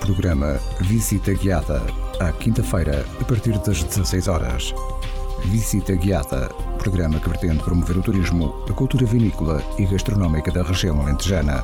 programa Visita Guiada, à quinta-feira, a partir das 16 horas. Visita Guiada, programa que pretende promover o turismo, a cultura vinícola e gastronómica da região alentejana.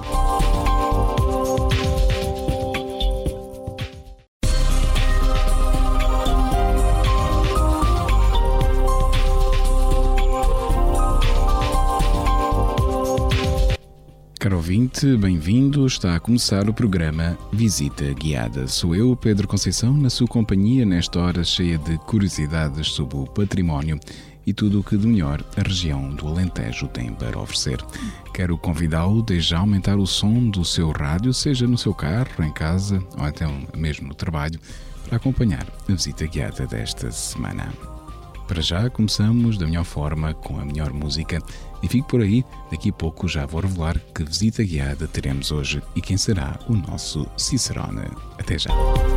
Caro ouvinte, bem-vindo. Está a começar o programa Visita Guiada. Sou eu, Pedro Conceição, na sua companhia nesta hora cheia de curiosidades sobre o património e tudo o que de melhor a região do Alentejo tem para oferecer. Quero convidá-lo desde a aumentar o som do seu rádio, seja no seu carro, em casa ou até mesmo no trabalho, para acompanhar a Visita Guiada desta semana. Para já começamos da melhor forma, com a melhor música, e fique por aí, daqui a pouco já vou revelar que visita guiada teremos hoje e quem será o nosso Cicerone. Até já!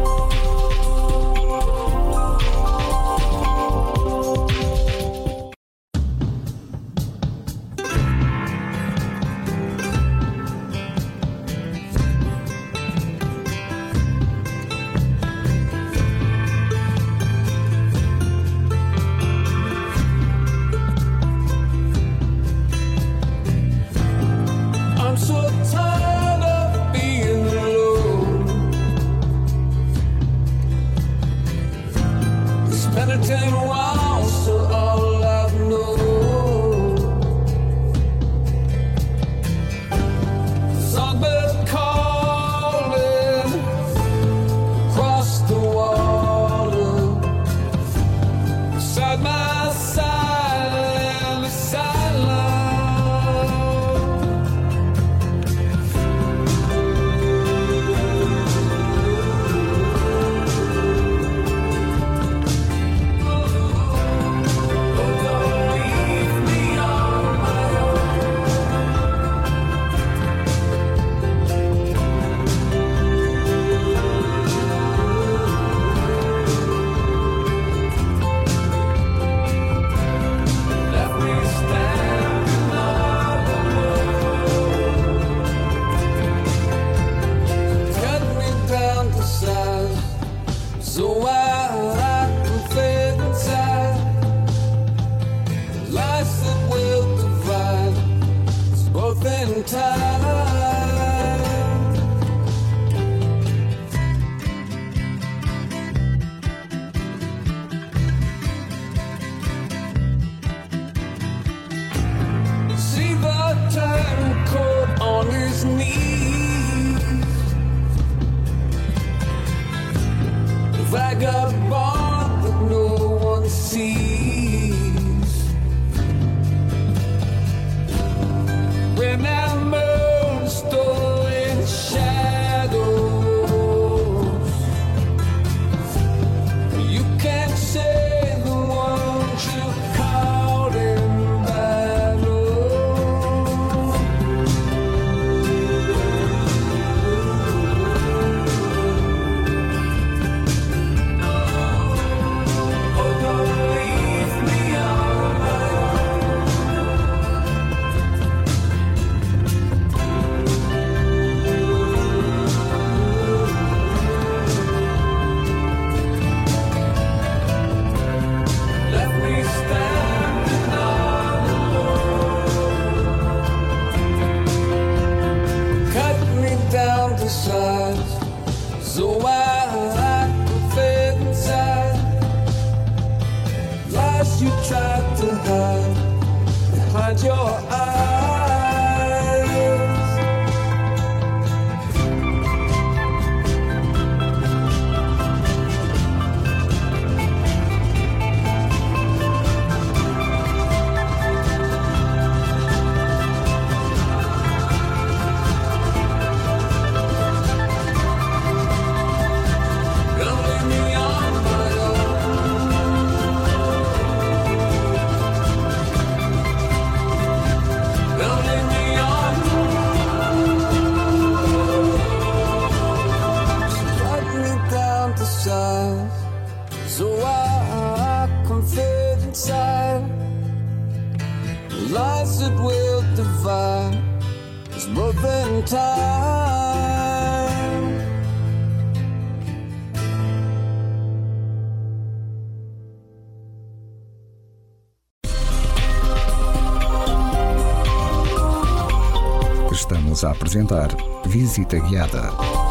Lies that will divide is more than time. Estamos a apresentar Visita Guiada.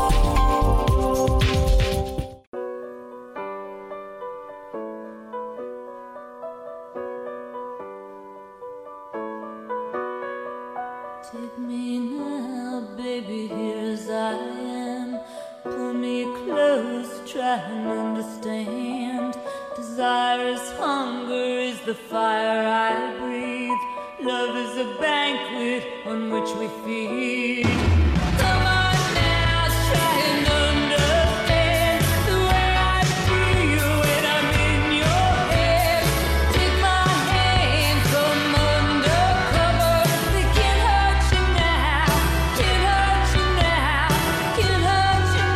Take me now, baby, here as I am. Pull me close, try and understand. Desire is hunger, is the fire I breathe. Love is a banquet on which we feed. Come on now, try and understand the way I feel when I'm in your head. Take my hand, come undercover. They can't hurt you now, can't hurt you now, can't hurt you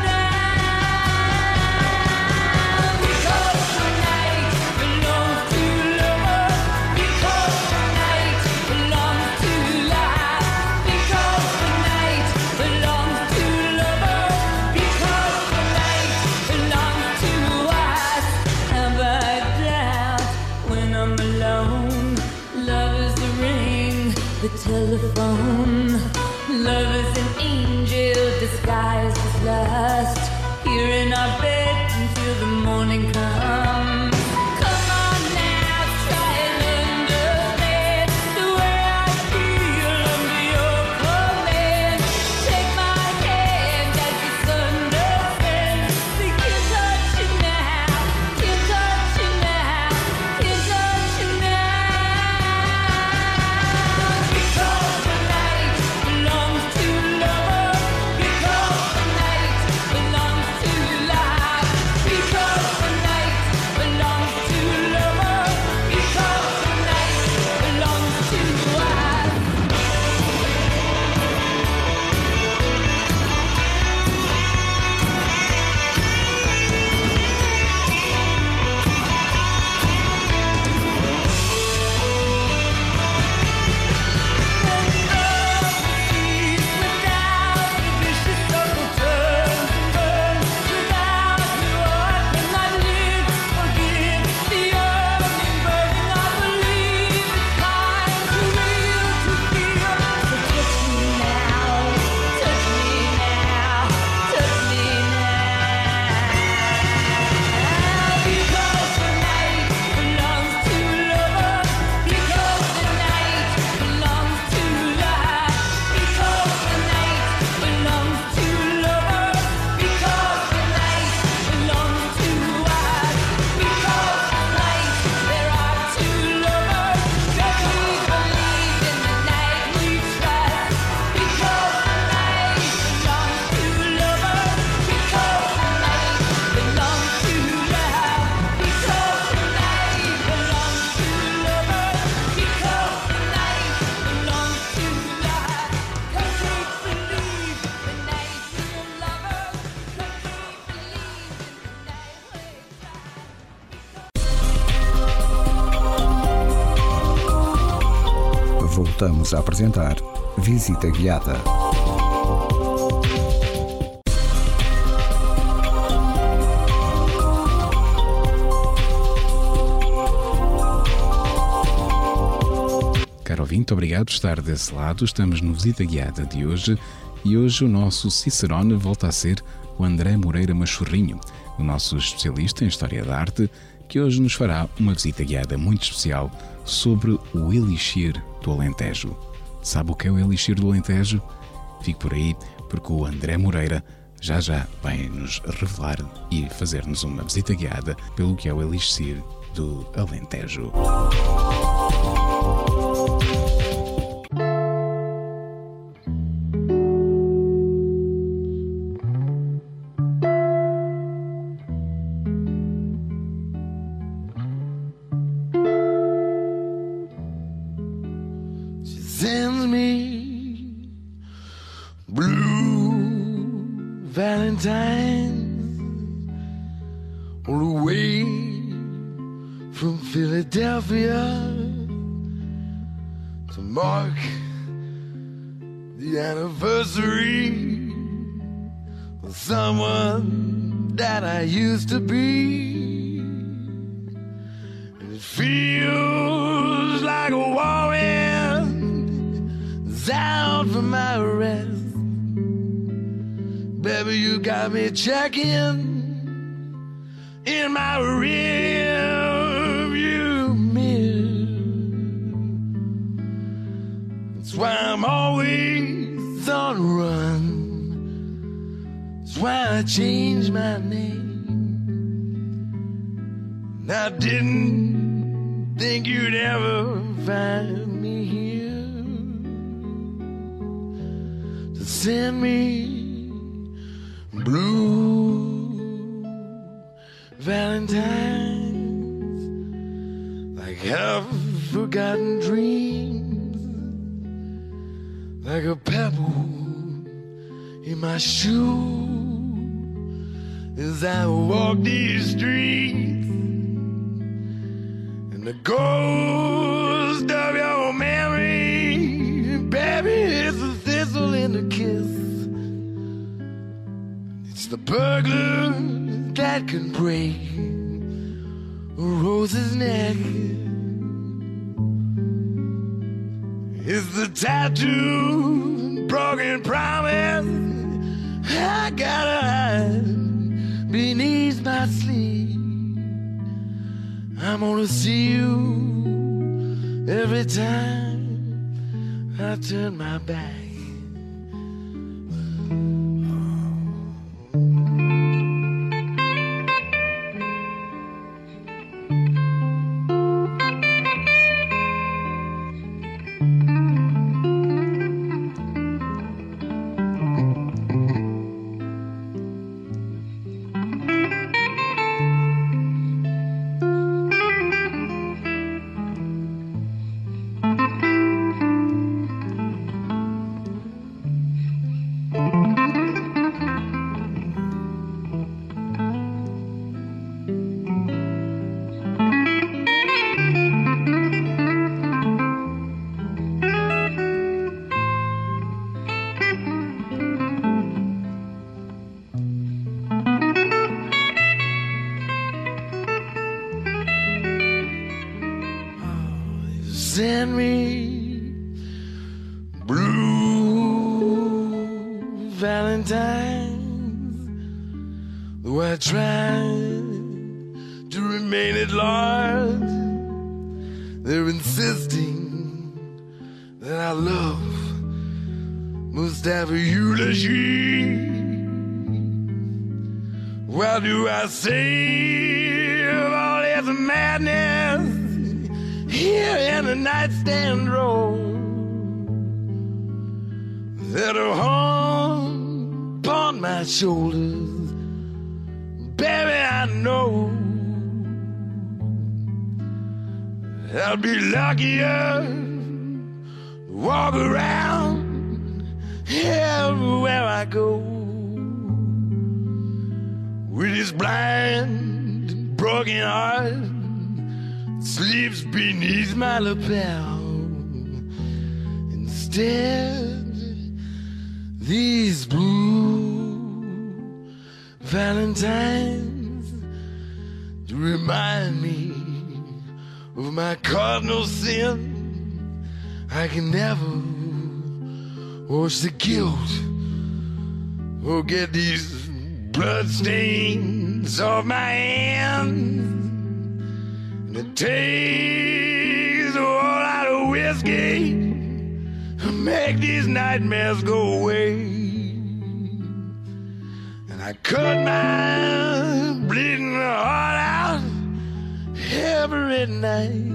now. Because tonight belongs to lovers. Because tonight belongs to life. Because tonight belongs to lovers. Because tonight belongs to us. Have I doubt when I'm alone? Love is the ring, the telephone. Love is an angel disguised as lust. Here in our bed until the morning comes. Come on now, try and understand the way I feel under your command. Take my hand as the sun descends. They can't touch you now, can't touch you now, can't touch you now. Because tonight belongs to lovers. Because tonight belongs to life. Because tonight belongs to lovers. Because tonight belongs to us. Voltamos a apresentar Visita Guiada. Caro ouvinte, obrigado por estar desse lado. Estamos no Visita Guiada de hoje e hoje o nosso Cicerone volta a ser o André Moreira Machorrinho, o nosso especialista em História da Arte, que hoje nos fará uma visita guiada muito especial sobre o Elixir do Alentejo. Sabe o que é o Elixir do Alentejo? Fique por aí, porque o André Moreira já vai nos revelar e fazer-nos uma visita guiada pelo que é o Elixir do Alentejo. Sends me blue Valentines all the way from Philadelphia to mark the anniversary of someone that I used to be. And it feels like a whirlwind out from my arrest. Baby, you got me checking in my rearview mirror. That's why I'm always on the run. That's why I changed my name. And I didn't think you'd ever find me here to send me blue Valentines, like half-forgotten dreams, like a pebble in my shoe as I walk these streets, and the ghost of your memory, baby, it's a thistle in a kiss. It's the burglar that can break a rose's neck. It's the tattooed broken promise I gotta hide beneath my sleeve. I'm gonna see you every time I turn my back. Send me blue Valentines, though I try to remain at large. They're insisting that I love must have a eulogy. Why do I save all this madness here in the nightstand drawer that'll hung upon my shoulders? Baby, I know I'll be luckier to walk around everywhere I go with this blind, broken heart sleeps beneath my lapel. Instead, these blue Valentines to remind me of my cardinal sin. I can never wash the guilt or get these blood stains off my hands. And it takes a whole lot of whiskey to make these nightmares go away. And I cut my bleeding heart out every night.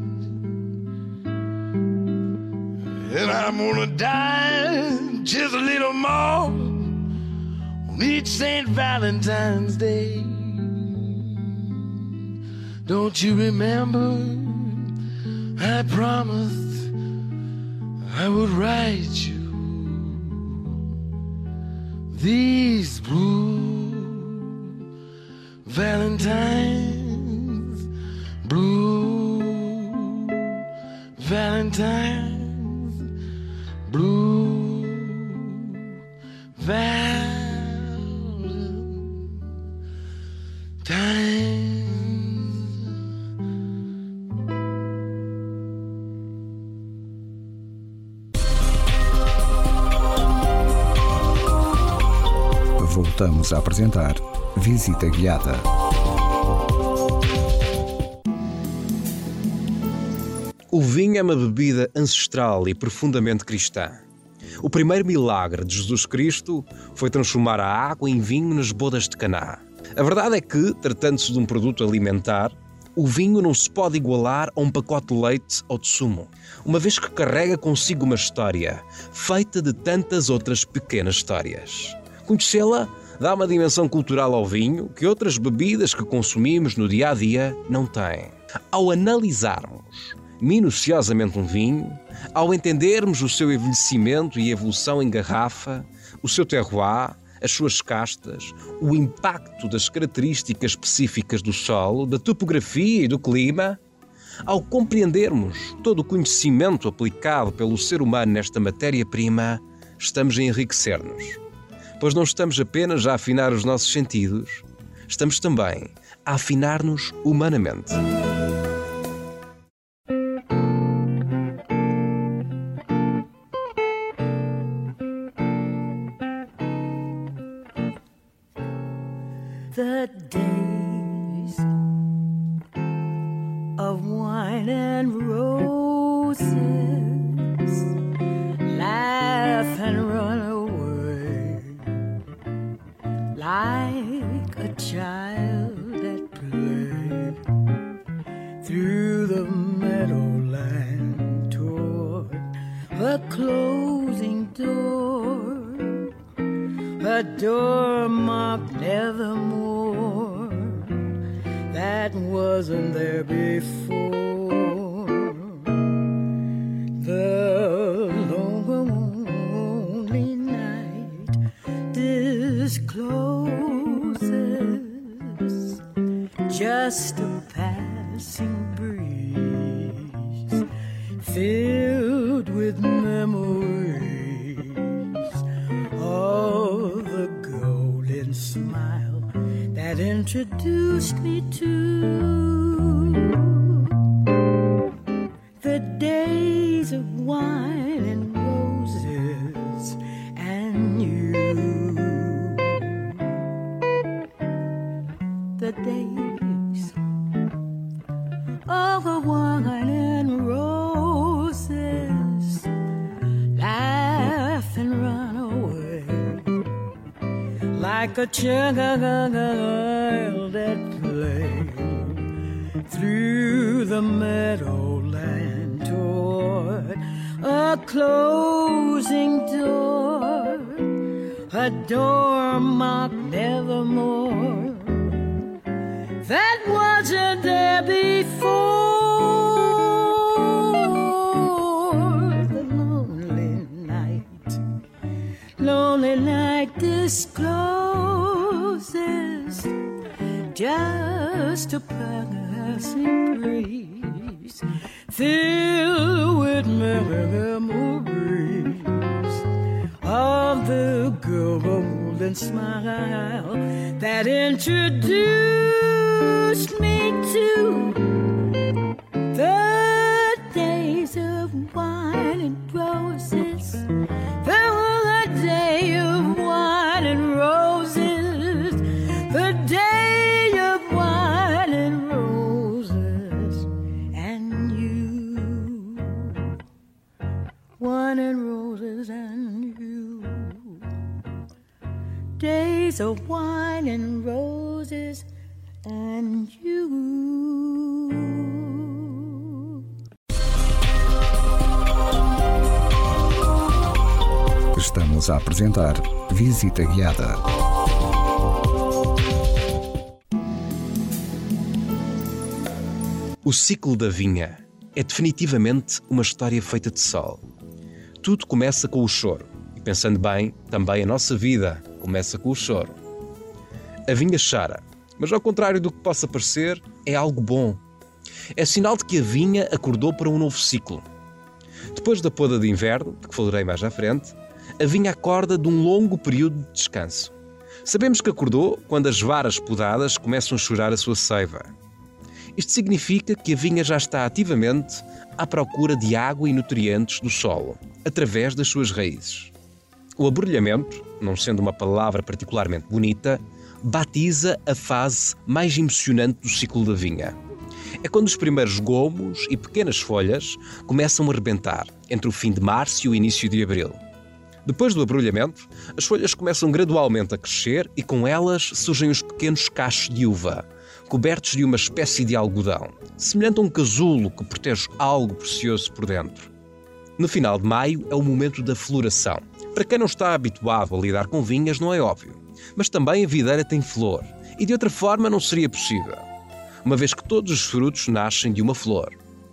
And I'm gonna die just a little more on each St. Valentine's Day. Don't you remember I promised I would write you these blue Valentines, blue Valentines, blue Valentines. Voltamos a apresentar Visita Guiada. O vinho é uma bebida ancestral e profundamente cristã. O primeiro milagre de Jesus Cristo foi transformar a água em vinho nas bodas de Caná. A verdade é que, tratando-se de um produto alimentar, o vinho não se pode igualar a um pacote de leite ou de sumo, uma vez que carrega consigo uma história, feita de tantas outras pequenas histórias. Conhecê-la dá uma dimensão cultural ao vinho que outras bebidas que consumimos no dia-a-dia não têm. Ao analisarmos minuciosamente um vinho, ao entendermos o seu envelhecimento e evolução em garrafa, o seu terroir, as suas castas, o impacto das características específicas do solo, da topografia e do clima, ao compreendermos todo o conhecimento aplicado pelo ser humano nesta matéria-prima, estamos a enriquecer-nos. Pois não estamos apenas a afinar os nossos sentidos, estamos também a afinar-nos humanamente. The days of wine and roses, laugh and run away like a child at play through the meadowland toward a closing door. A door marked nevermore that wasn't there before. The lonely night discloses just a passing breeze filled with memories of the golden smile that introduced me to the days of wine and roses and you. The days of wine and roses, laugh and run away like a child at play through the meadowland toward a closing door, a door marked nevermore that wasn't there before. The lonely night discloses just a passing breeze filled with memories of the golden smile that introduced me to the days of wine and roses. There was a day of wine and roses, the day of wine and roses and you. Wine and roses and you. Days of wine and roses and you. Estamos a apresentar Visita Guiada. O ciclo da vinha é definitivamente uma história feita de sol. Tudo começa com o choro. E pensando bem, também a nossa vida começa com o choro. A vinha chora, mas ao contrário do que possa parecer, é algo bom. É sinal de que a vinha acordou para um novo ciclo. Depois da poda de inverno, de que falarei mais à frente, a vinha acorda de um longo período de descanso. Sabemos que acordou quando as varas podadas começam a chorar a sua seiva. Isto significa que a vinha já está ativamente à procura de água e nutrientes do solo, através das suas raízes. O abrulhamento, não sendo uma palavra particularmente bonita, batiza a fase mais emocionante do ciclo da vinha. É quando os primeiros gomos e pequenas folhas começam a rebentar, entre o fim de março e o início de abril. Depois do abrulhamento, as folhas começam gradualmente a crescer e com elas surgem os pequenos cachos de uva, cobertos de uma espécie de algodão, semelhante a um casulo que protege algo precioso por dentro. No final de maio é o momento da floração. Para quem não está habituado a lidar com vinhas não é óbvio, mas também a videira tem flor, e de outra forma não seria possível, uma vez que todos os frutos nascem de uma flor.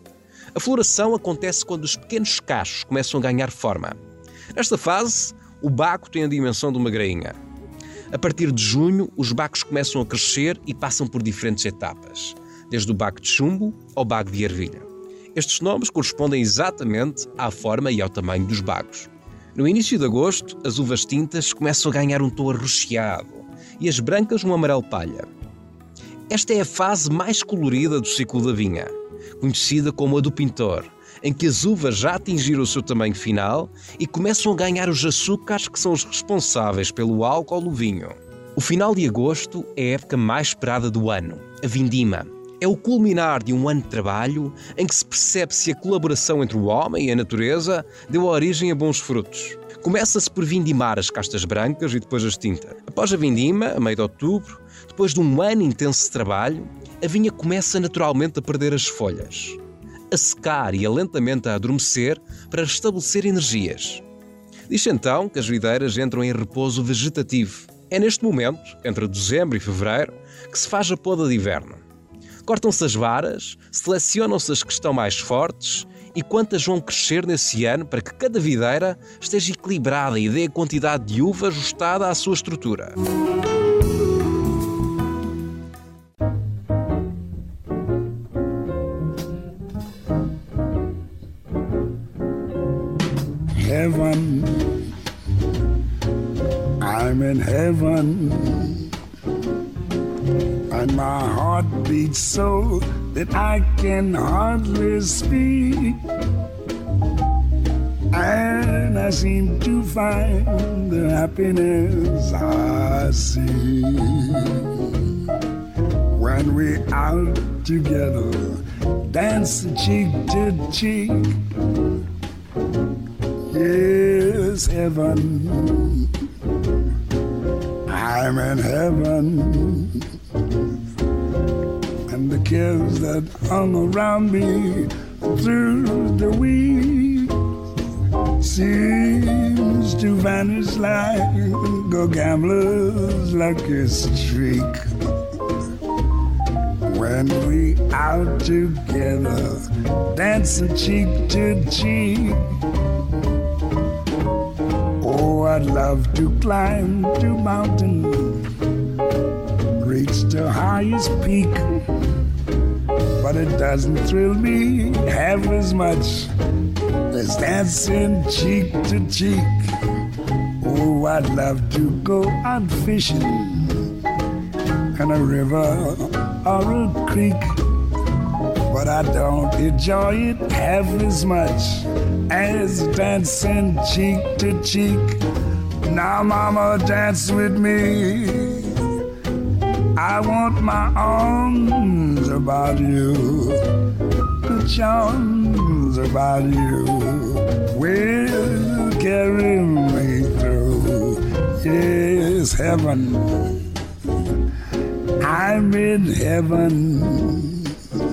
A floração acontece quando os pequenos cachos começam a ganhar forma. Nesta fase, o baco tem a dimensão de uma grainha. A partir de junho, os bacos começam a crescer e passam por diferentes etapas, desde o baco de chumbo ao baco de ervilha. Estes nomes correspondem exatamente à forma e ao tamanho dos bacos. No início de agosto, as uvas tintas começam a ganhar um tom arroxeado e as brancas um amarelo palha. Esta é a fase mais colorida do ciclo da vinha, conhecida como a do pintor, em que as uvas já atingiram o seu tamanho final e começam a ganhar os açúcares que são os responsáveis pelo álcool no vinho. O final de agosto é a época mais esperada do ano, a vindima. É o culminar de um ano de trabalho em que se percebe se a colaboração entre o homem e a natureza deu origem a bons frutos. Começa-se por vindimar as castas brancas e depois as tintas. Após a vindima, a meio de outubro, depois de um ano intenso de trabalho, a vinha começa naturalmente a perder as folhas, a secar e lentamente a adormecer para restabelecer energias. Diz então que as videiras entram em repouso vegetativo. É neste momento, entre dezembro e fevereiro, que se faz a poda de inverno. Cortam-se as varas, selecionam-se as que estão mais fortes e quantas vão crescer nesse ano para que cada videira esteja equilibrada e dê a quantidade de uva ajustada à sua estrutura. Heaven, I'm in heaven, and my heart beats so that I can hardly speak, and I seem to find the happiness I see when we're out together, dance cheek to cheek. Yes, heaven, I'm in heaven, and the cares that hung around me through the week seems to vanish like a gambler's lucky streak. When we out together, dancing cheek to cheek. Oh, I'd love to climb to mountain, reach the highest peak, but it doesn't thrill me half as much as dancing cheek to cheek. Oh, I'd love to go out fishing in a river or a creek, but I don't enjoy it half as much as dancing cheek to cheek. Now, mama, dance with me. I want my arms about you, the charms about you will carry me through. Yes, heaven, I'm in heaven,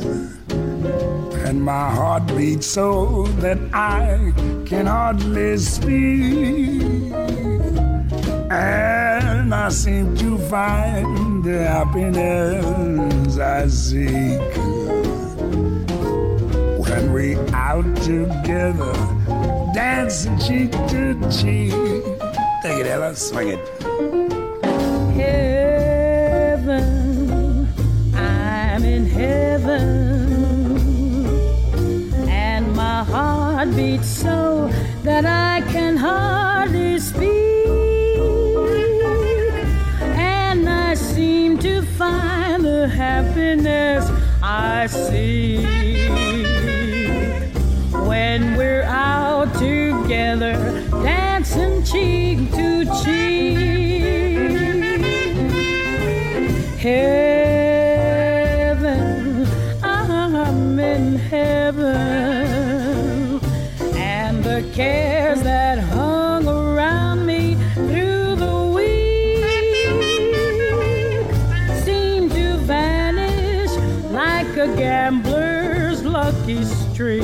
and my heart beats so that I can hardly speak, and I seem to find the happiness I seek when we out together, dancing cheek to cheek. Take it, Ella, swing it. Heaven, I'm in heaven, and my heart beats so that I can hardly speak, and I seem to find the happiness I seek when we're out together, dancing cheek lucky streak.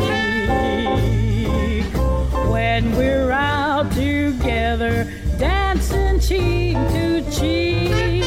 When we're out together, dancing cheek to cheek.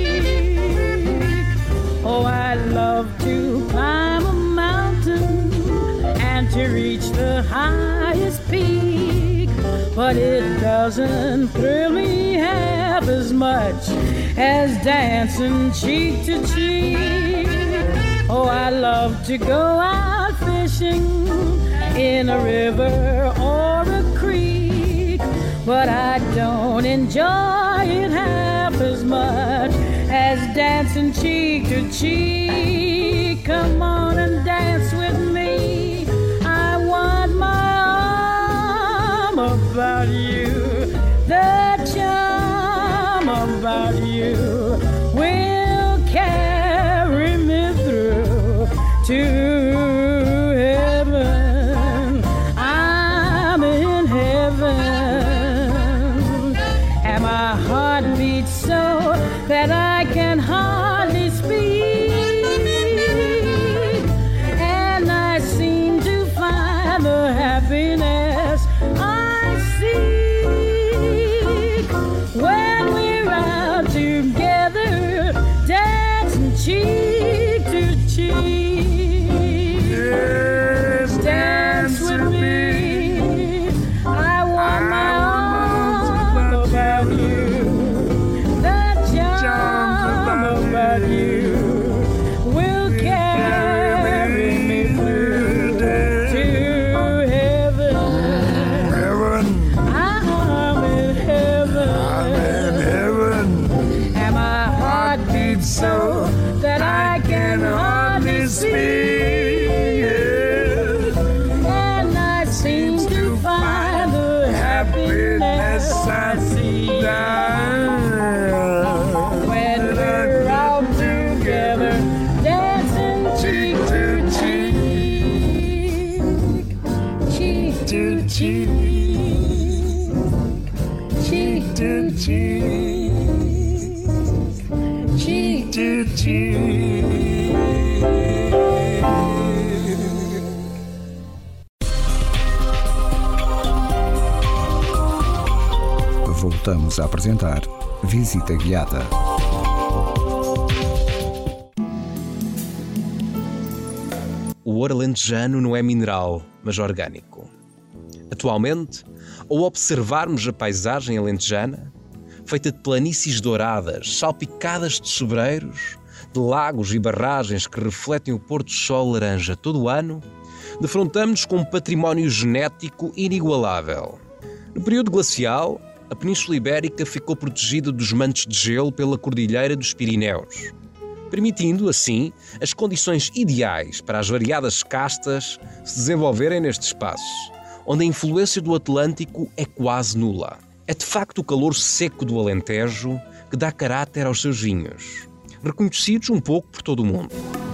Oh, I love to climb a mountain and to reach the highest peak, but it doesn't thrill me half as much as dancing cheek to cheek. Oh, I love to go out fishing in a river or a creek, but I don't enjoy it half as much as dancing cheek to cheek. Come on and dance with me. I want my arm about you. The charm about you will carry me through to heaven. I'm in heaven, and my heart beats so that I can hardly speak, and I seem to find the happiness I seek when we're out together, dancing cheek to cheek. Yes, Dance with me. I want my arms about you. The charm about you will carry me through to heaven. heaven, I'm in heaven, I'm in heaven. and my heart beats so that I can hardly speak, and I seem to find the happiness I see when we're out together, dancing cheek to cheek, cheek to cheek, cheek to cheek, cheek to cheek. Voltamos a apresentar Visita Guiada. O ouro alentejano não é mineral, mas orgânico. Atualmente, ao observarmos a paisagem alentejana, feita de planícies douradas, salpicadas de sobreiros, de lagos e barragens que refletem o pôr do sol laranja todo o ano, defrontamos-nos com um património genético inigualável. No período glacial, a Península Ibérica ficou protegida dos mantos de gelo pela Cordilheira dos Pirineus, permitindo, assim, as condições ideais para as variadas castas se desenvolverem nestes espaços, onde a influência do Atlântico é quase nula. É de facto o calor seco do Alentejo que dá caráter aos seus vinhos, reconhecidos um pouco por todo o mundo.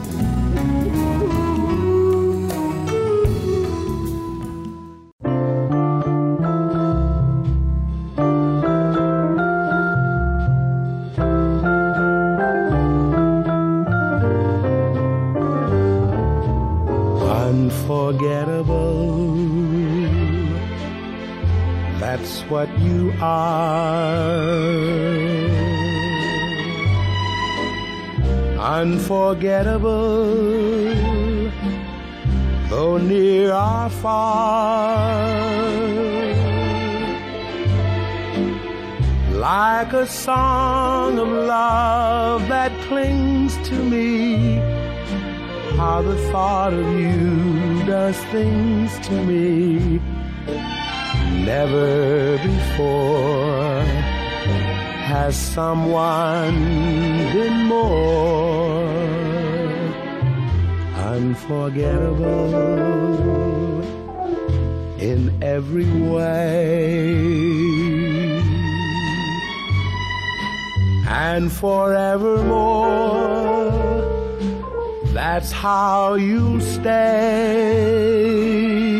Unforgettable, that's what you are. Unforgettable, though near or far. Like a song of love that clings to me, how the thought of you does things to me. Never before has someone been more unforgettable in every way. And forevermore, that's how you'll stay.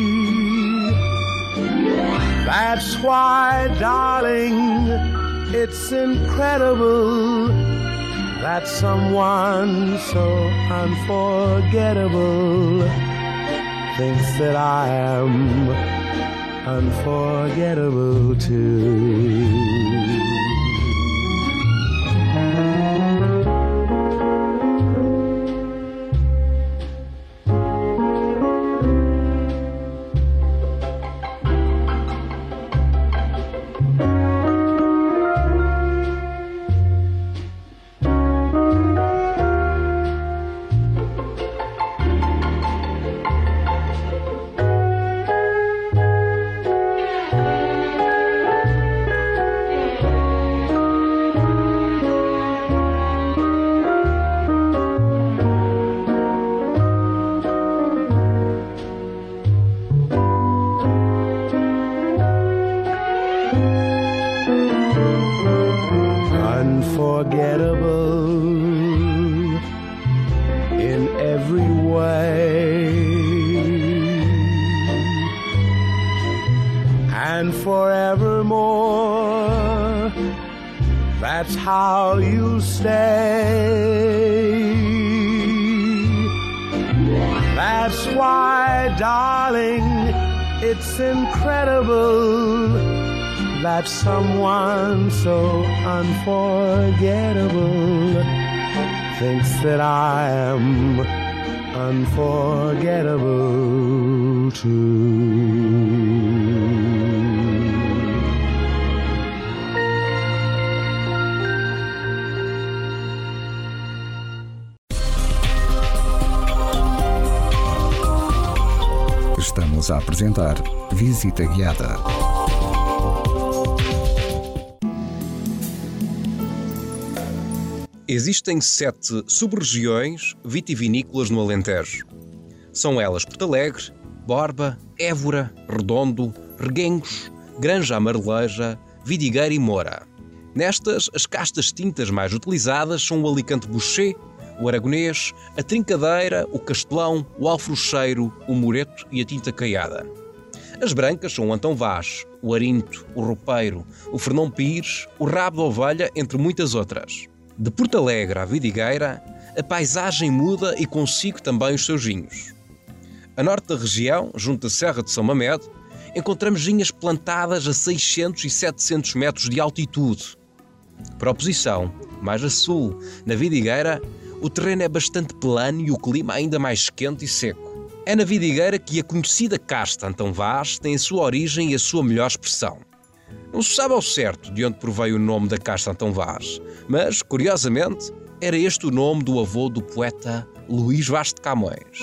That's why, darling, it's incredible that someone so unforgettable thinks that I am unforgettable too. Unforgettable in every way, and forevermore, that's how you stay. That's why, darling, it's incredible that someone so unforgettable thinks that I am unforgettable too. Estamos a apresentar Visita Guiada. Existem 7 sub-regiões vitivinícolas no Alentejo. São elas Porto Alegre, Borba, Évora, Redondo, Reguengos, Granja Amareleja, Vidigueira e Moura. Nestas, as castas tintas mais utilizadas são o Alicante Boucher, o Aragonês, a Trincadeira, o Castelão, o Alfrocheiro, o Moreto e a Tinta Caiada. As brancas são o Antão Vaz, o Arinto, o Roupeiro, o Fernão Pires, o Rabo de Ovelha, entre muitas outras. De Porto Alegre à Vidigueira, a paisagem muda e consigo também os seus vinhos. A norte da região, junto à Serra de São Mamede, encontramos vinhas plantadas a 600 e 700 metros de altitude. Para a oposição, mais a sul, na Vidigueira, o terreno é bastante plano e o clima ainda mais quente e seco. É na Vidigueira que a conhecida casta Antão Vaz tem a sua origem e a sua melhor expressão. Não se sabe ao certo de onde proveio o nome da casta Antão Vaz, mas, curiosamente, era este o nome do avô do poeta Luís Vaz de Camões.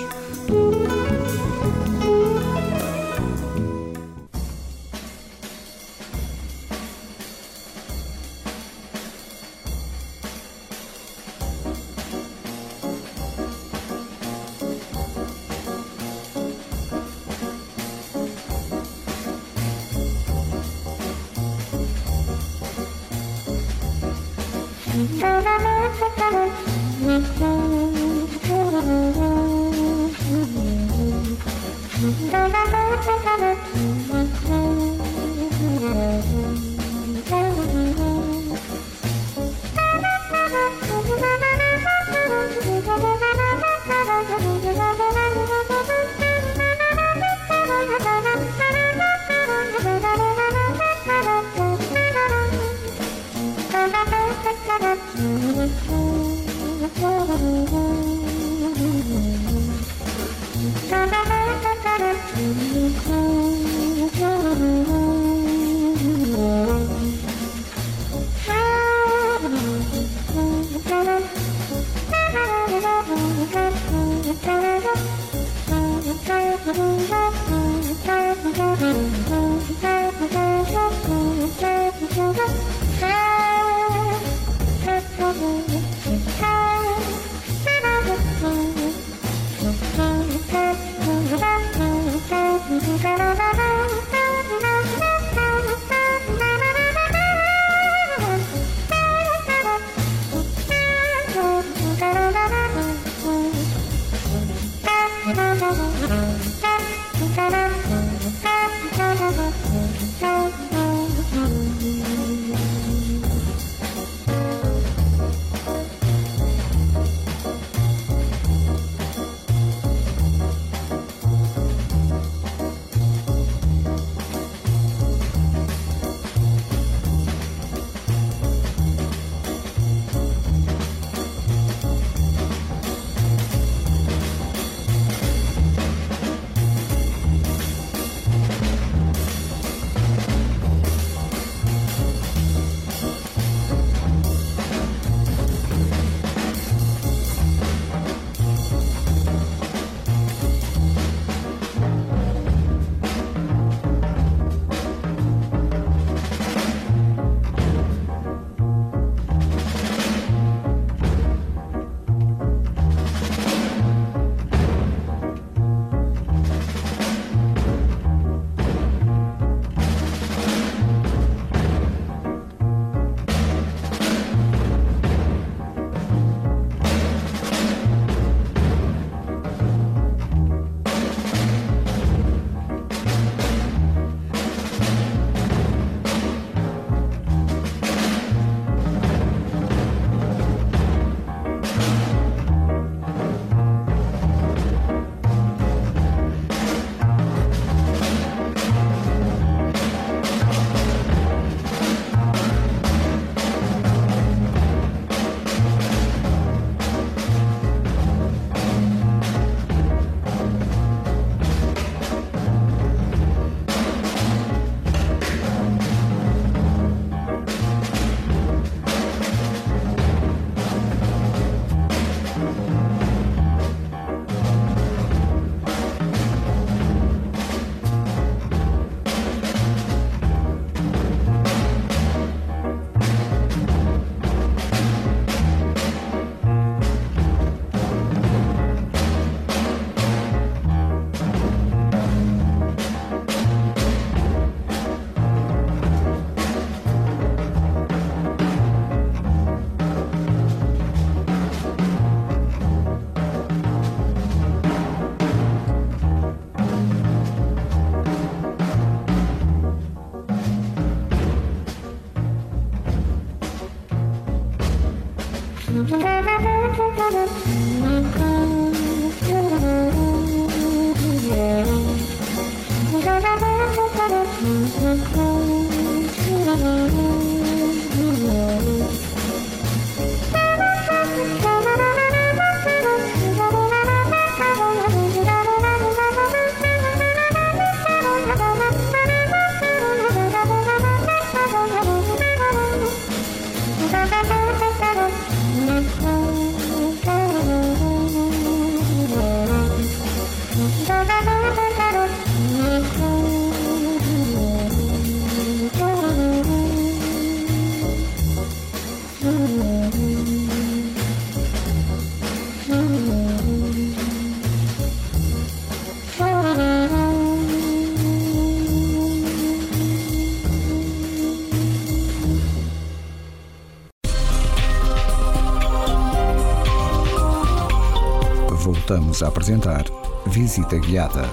Voltamos a apresentar Visita Guiada.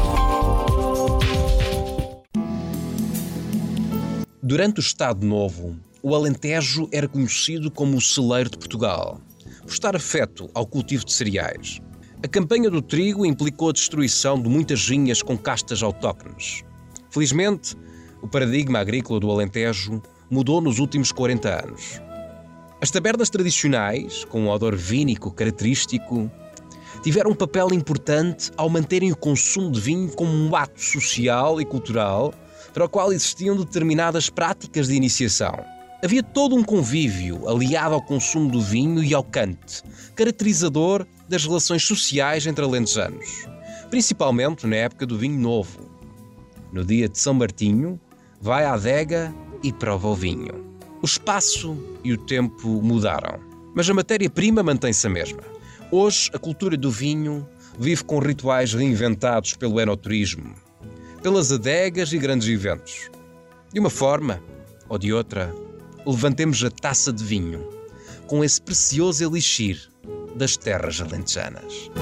Durante o Estado Novo, o Alentejo era conhecido como o celeiro de Portugal, por estar afeto ao cultivo de cereais. A campanha do trigo implicou a destruição de muitas vinhas com castas autóctones. Felizmente, o paradigma agrícola do Alentejo mudou nos últimos 40 anos. As tabernas tradicionais, com um odor vínico característico, tiveram um papel importante ao manterem o consumo de vinho como um ato social e cultural para o qual existiam determinadas práticas de iniciação. Havia todo um convívio aliado ao consumo do vinho e ao cante, caracterizador das relações sociais entre alentejanos, principalmente na época do vinho novo. No dia de São Martinho, vai à adega e prova o vinho. O espaço e o tempo mudaram, mas a matéria-prima mantém-se a mesma. Hoje, a cultura do vinho vive com rituais reinventados pelo enoturismo, pelas adegas e grandes eventos. De uma forma ou de outra, levantemos a taça de vinho com esse precioso elixir das terras alentejanas.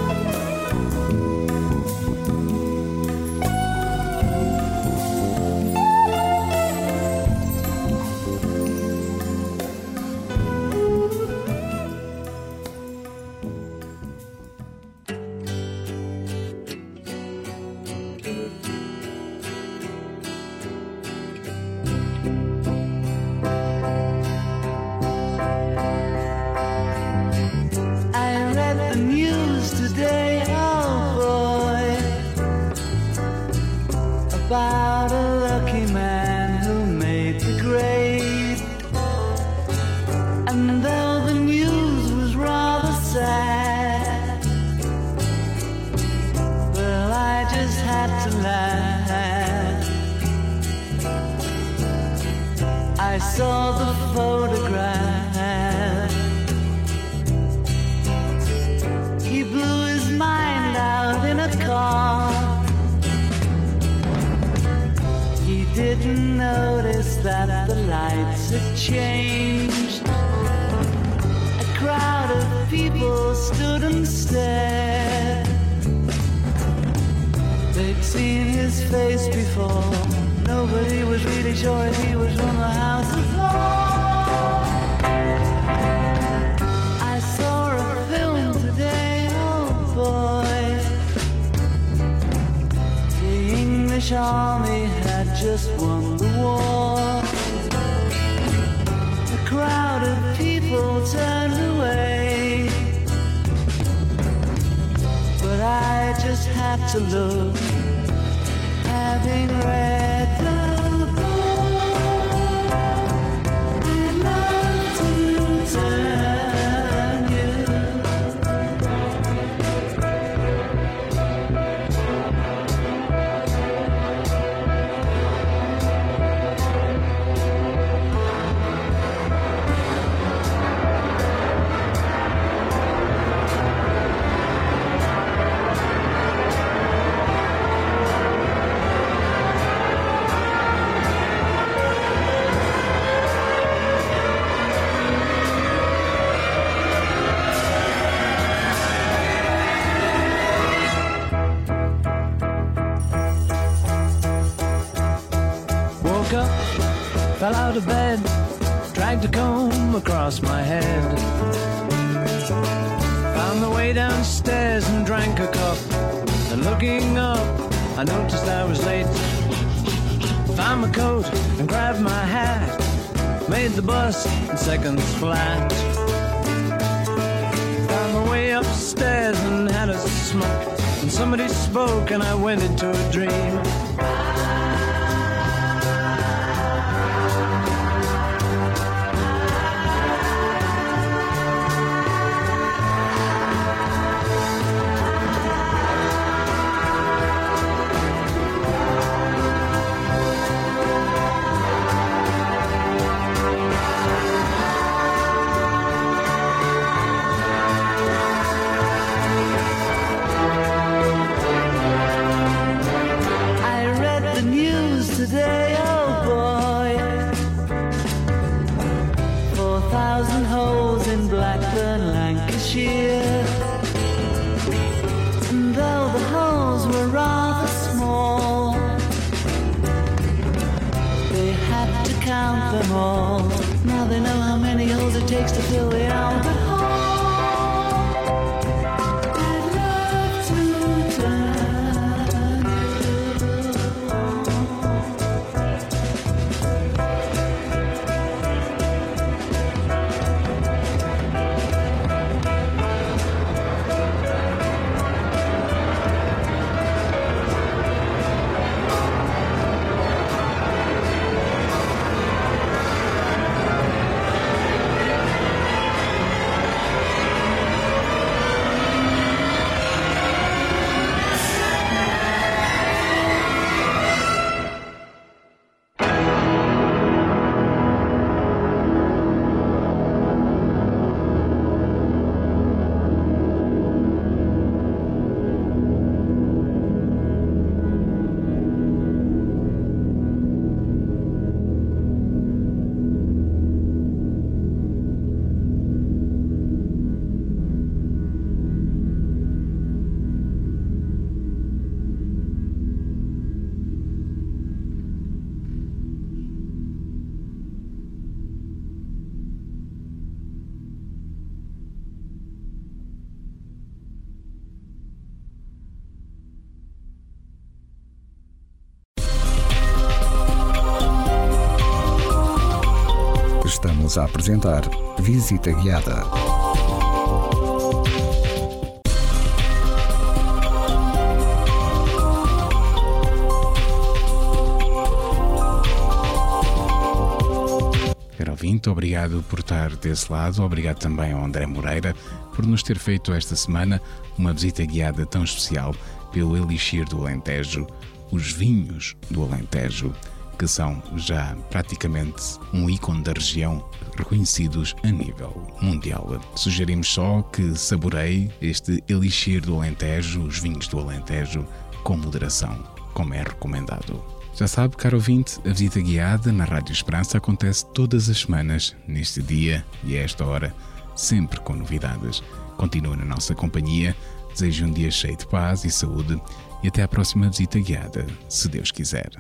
About a lucky man who made the grade. And though the news was rather sad, well, I just had to laugh. I saw the photograph. He blew his mind out in a car. Didn't notice that the lights had changed. A crowd of people stood and stared. They'd seen his face before. Nobody was really sure if he was from the House of Lords. I saw a film today, oh boy. The English army had just won the war. A crowd of people turned away, but I just had to look, having read the book. I'd love to turn you. Fell out of bed, dragged a comb across my head. Found the way downstairs and drank a cup. And looking up, I noticed I was late. Found my coat and grabbed my hat. Made the bus in seconds flat. Found my way upstairs and had a smoke. And somebody spoke and I went into a dream. Today, oh boy, 4,000 holes in Blackburn, Lancashire. And though the holes were rather small, they had to count them all. Now they know how many holes it takes to fill the Albert Hall. I'd love to turn. Estamos a apresentar Visita Guiada. Caro ouvinte, obrigado por estar desse lado. Obrigado também ao André Moreira por nos ter feito esta semana uma visita guiada tão especial pelo Elixir do Alentejo, os vinhos do Alentejo, que são já praticamente um ícone da região, reconhecidos a nível mundial. Sugerimos só que saboreie este Elixir do Alentejo, os vinhos do Alentejo, com moderação, como é recomendado. Já sabe, caro ouvinte, a visita guiada na Rádio Esperança acontece todas as semanas, neste dia e a esta hora, sempre com novidades. Continua na nossa companhia, desejo um dia cheio de paz e saúde e até à próxima visita guiada, se Deus quiser.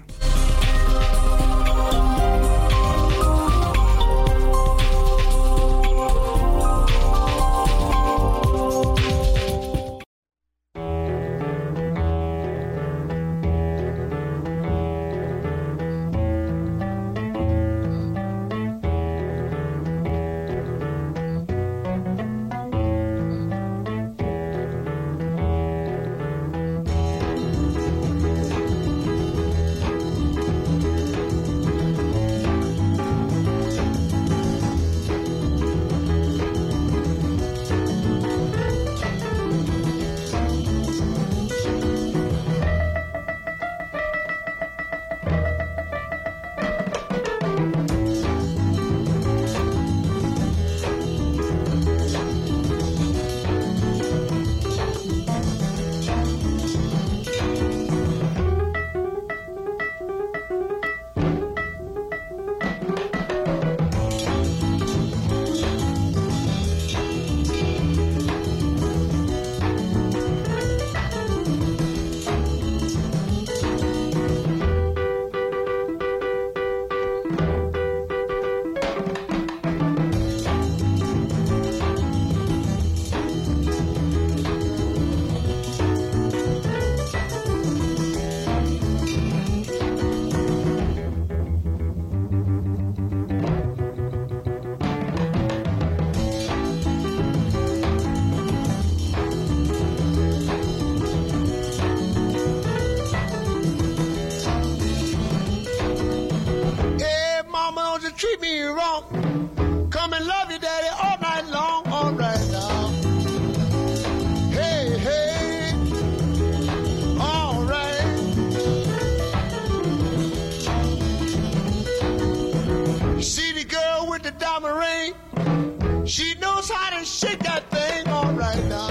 ring. She knows how to shake that thing all right now.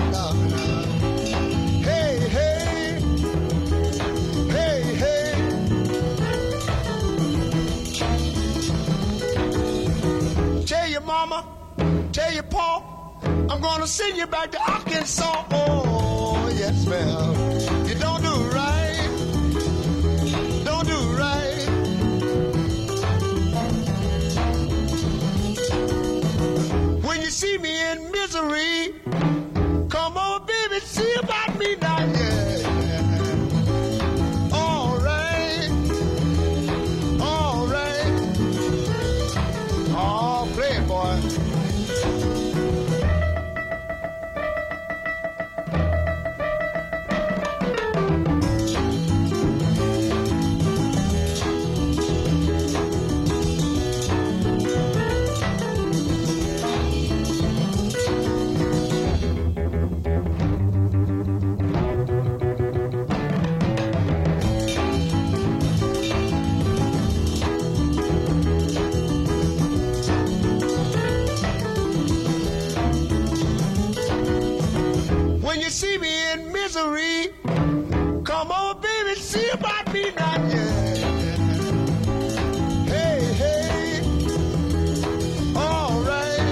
Hey, hey, hey, hey. Tell your mama, tell your pa, I'm gonna send you back to Arkansas. Oh, yes, ma'am. You don't do right. Don't do right. When you see me in misery, come on, baby, see about me now, yeah. All right. All right. Oh, play it, boy. When you see me in misery, come on, baby, see about me now, yeah. Hey, hey, all right.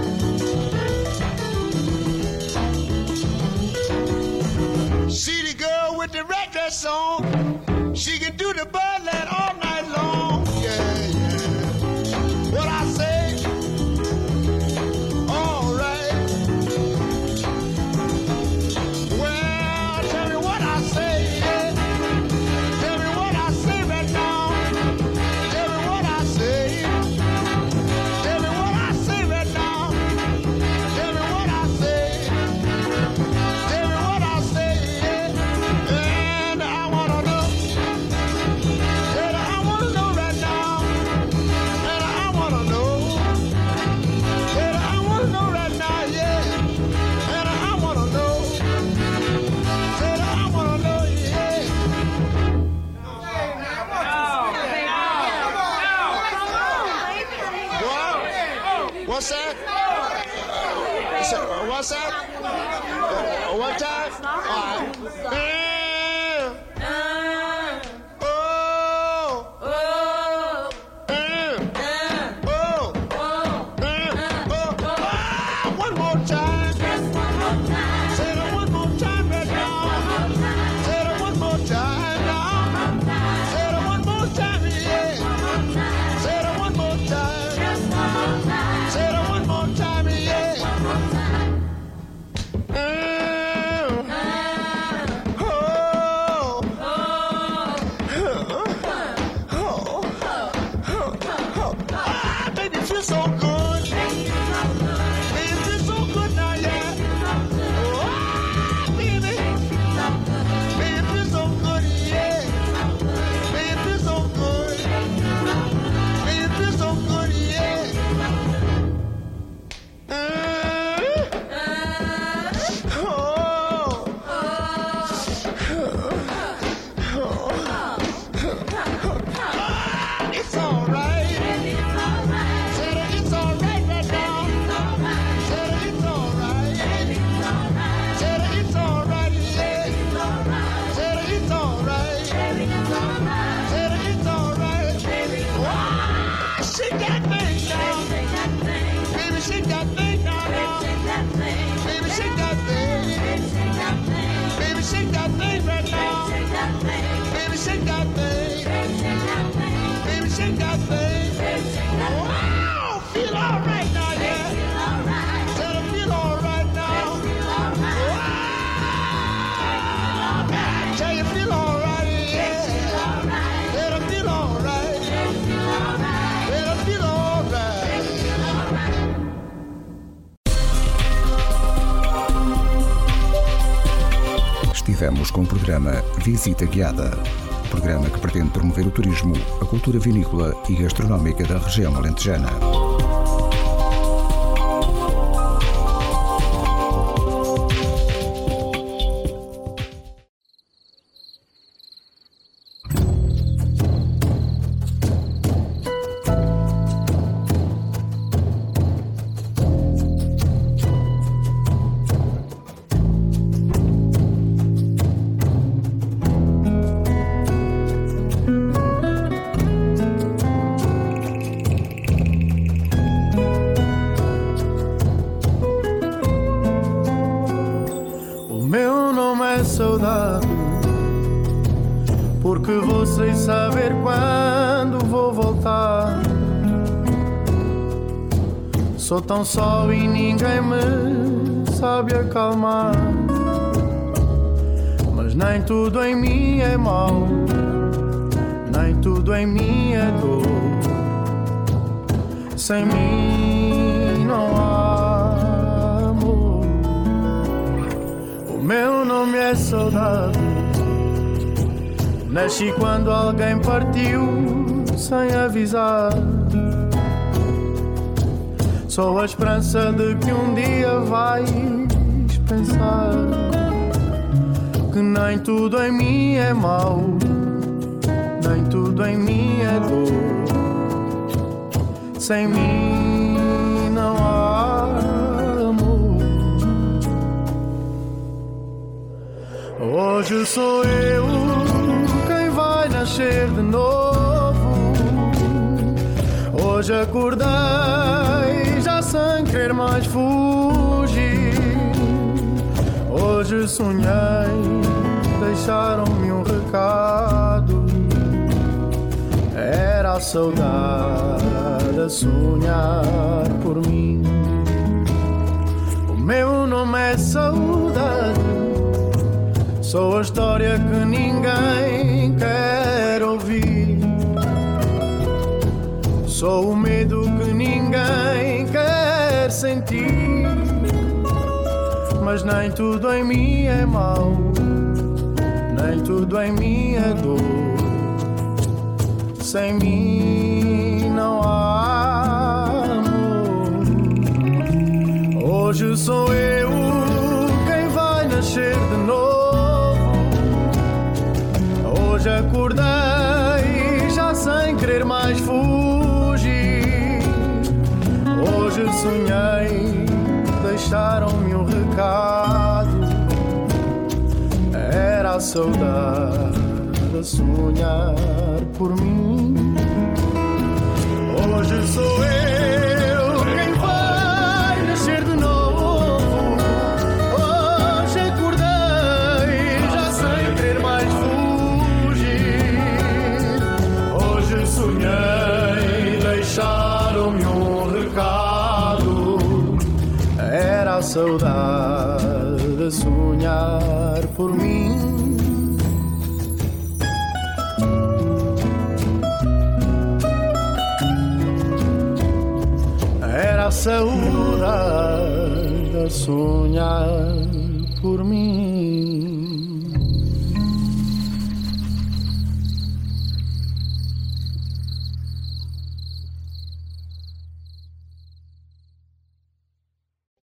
See the girl with the red dress on, she can do the Birdland all night long, yeah, yeah. What I say, all right. Well, tell me what I say, yeah. Tell me what I say right now. Tell me what I say. Tell me what I say right now. Tell me what I say. Tell me what I say, yeah. And I wanna know. Tell her I wanna know right now. And I wanna know. Tell her I wanna know right now, yeah. And I wanna know. Tell her I wanna know, yeah. What? What's that? What's that? What time? All right. One more time. Say that one more time right now. Say that one more time now. Say that one more time, yeah. Say that one more time. Say that one more time, yeah. Baby, feel so good. Baby, feel so good now, yeah. Baby. Baby, feel so good, yeah. Baby, feel so good. Baby, feel so good, yeah. It's all right. Say that it's all right right now. Say that it's all right. Say that it's all right, yeah. Say that it's all right. Say that it's all right. Wow, shake that thing now. Baby, shake that thing now. Baby, shake that thing. Baby, shake that thing right now. Baby, shake that thing. Baby, shake that thing. Wow, feel all right now, yeah. Tell her feel all right now. Wow, tell you feel all right, yeah. Tell her feel all right. Tell her feel all right. Estivemos com o programa Visita Guiada, programa que pretende promover o turismo, a cultura vinícola e gastronómica da região alentejana. Sou tão só e ninguém me sabe acalmar. Mas nem tudo em mim é mau, nem tudo em mim é dor. Sem mim não há amor. O meu nome é saudade. Nasci quando alguém partiu sem avisar. Sou a esperança de que um dia vais pensar que nem tudo em mim é mau, nem tudo em mim é dor. Sem mim não há amor. Hoje sou eu quem vai nascer de novo. Hoje acordei já sem querer mais fugir. Hoje sonhei, deixaram-me um recado. Era a saudade a sonhar por mim. O meu nome é saudade. Sou a história que ninguém quer ouvir. Sou o medo que ninguém quer sentir. Mas nem tudo em mim é mau, nem tudo em mim é dor. Sem mim não há amor. Hoje sou eu quem vai nascer de novo. Hoje acordei já sem querer mais fugir. Hoje sonhei, deixaram-me um recado. Era a saudade a sonhar por mim. Hoje sou eu quem vai nascer de novo. Hoje acordei já sem querer mais fugir. Hoje sonhei, deixaram-me um recado. Era a saudade a sonhar por mim. Era a saudade a sonhar por mim.